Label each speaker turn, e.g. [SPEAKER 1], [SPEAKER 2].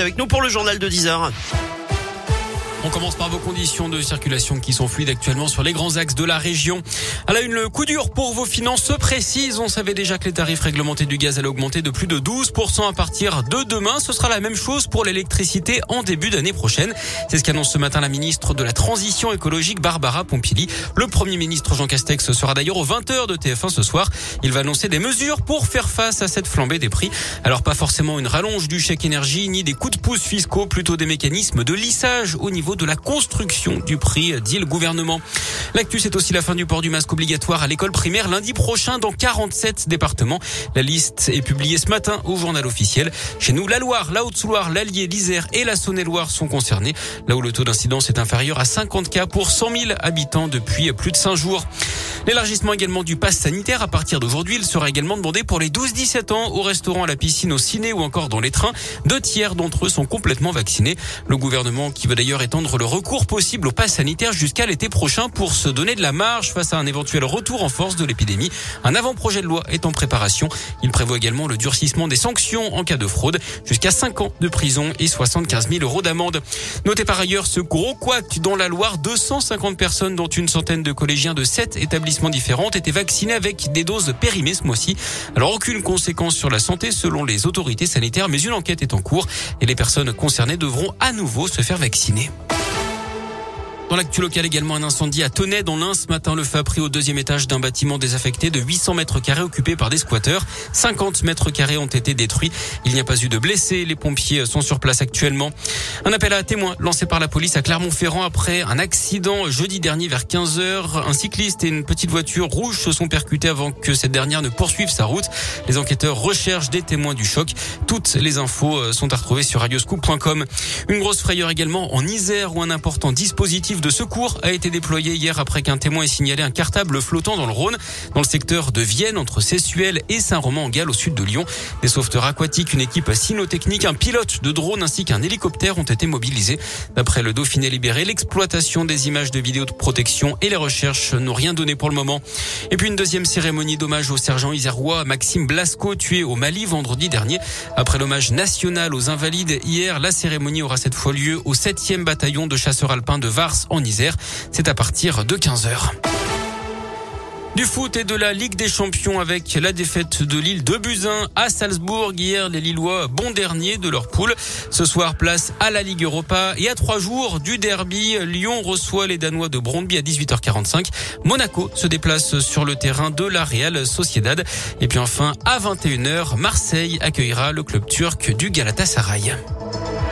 [SPEAKER 1] avec nous pour le journal de 10h.
[SPEAKER 2] On commence par vos conditions de circulation qui sont fluides actuellement sur les grands axes de la région. À la une, le coup dur pour vos finances se précise. On savait déjà que les tarifs réglementés du gaz allaient augmenter de plus de 12% à partir de demain. Ce sera la même chose pour l'électricité en début d'année prochaine. C'est ce qu'annonce ce matin la ministre de la Transition écologique, Barbara Pompili. Le Premier ministre Jean Castex sera d'ailleurs aux 20h de TF1 ce soir. Il va annoncer des mesures pour faire face à cette flambée des prix. Alors pas forcément une rallonge du chèque énergie ni des coups de pouce fiscaux, plutôt des mécanismes de lissage au niveau de la construction du prix, dit le gouvernement. L'actu, c'est aussi la fin du port du masque obligatoire à l'école primaire lundi prochain dans 47 départements. La liste est publiée ce matin au journal officiel. Chez nous, la Loire, la Haute-Loire, l'Allier, l'Isère et la Saône-et-Loire sont concernés. Là où le taux d'incidence est inférieur à 50 cas pour 100 000 habitants depuis plus de 5 jours. L'élargissement également du pass sanitaire à partir d'aujourd'hui. Il sera également demandé pour les 12-17 ans au restaurant, à la piscine, au ciné ou encore dans les trains. 2 tiers d'entre eux sont complètement vaccinés. Le gouvernement qui veut d'ailleurs étendre le recours possible au pass sanitaire jusqu'à l'été prochain pour se donner de la marge face à un éventuel retour en force de l'épidémie. Un avant-projet de loi est en préparation. Il prévoit également le durcissement des sanctions en cas de fraude, jusqu'à 5 ans de prison et 75 000 € d'amende. Notez par ailleurs ce gros couac dans la Loire. 250 personnes, dont une centaine de collégiens de 7 établissements différents, étaient vaccinés avec des doses périmées ce mois-ci. Alors aucune conséquence sur la santé selon les autorités sanitaires, mais une enquête est en cours et les personnes concernées devront à nouveau se faire vacciner. Dans l'actu locale également, un incendie à Tenay dans l'Ain ce matin. Le feu a pris au 2e étage d'un bâtiment désaffecté de 800 mètres carrés occupé par des squatteurs. 50 mètres carrés ont été détruits. Il n'y a pas eu de blessés. Les pompiers sont sur place actuellement. Un appel à témoins lancé par la police à Clermont-Ferrand après un accident jeudi dernier vers 15h. Un cycliste et une petite voiture rouge se sont percutés avant que cette dernière ne poursuive sa route. Les enquêteurs recherchent des témoins du choc. Toutes les infos sont à retrouver sur radioscoop.com. Une grosse frayeur également en Isère où un important dispositif de secours a été déployé hier après qu'un témoin ait signalé un cartable flottant dans le Rhône, dans le secteur de Vienne, entre Sessuel et Saint-Romain-en-Galles, au sud de Lyon. Des sauveteurs aquatiques, une équipe cynotechnique, un pilote de drone ainsi qu'un hélicoptère ont été mobilisés. D'après le Dauphiné libéré, l'exploitation des images de vidéo de protection et les recherches n'ont rien donné pour le moment. Et puis une deuxième cérémonie d'hommage au sergent isérois Maxime Blasco, tué au Mali vendredi dernier. Après l'hommage national aux invalides hier, la cérémonie aura cette fois lieu au 7e bataillon de chasseurs alpins de Vars en Isère. C'est à partir de 15h. Du foot et de la Ligue des Champions avec la défaite de Lille 2-1 à Salzbourg. Hier, les Lillois, bons derniers de leur poule. Ce soir, place à la Ligue Europa. Et à 3 jours du derby, Lyon reçoit les Danois de Brøndby à 18h45. Monaco se déplace sur le terrain de la Real Sociedad. Et puis enfin, à 21h, Marseille accueillera le club turc du Galatasaray.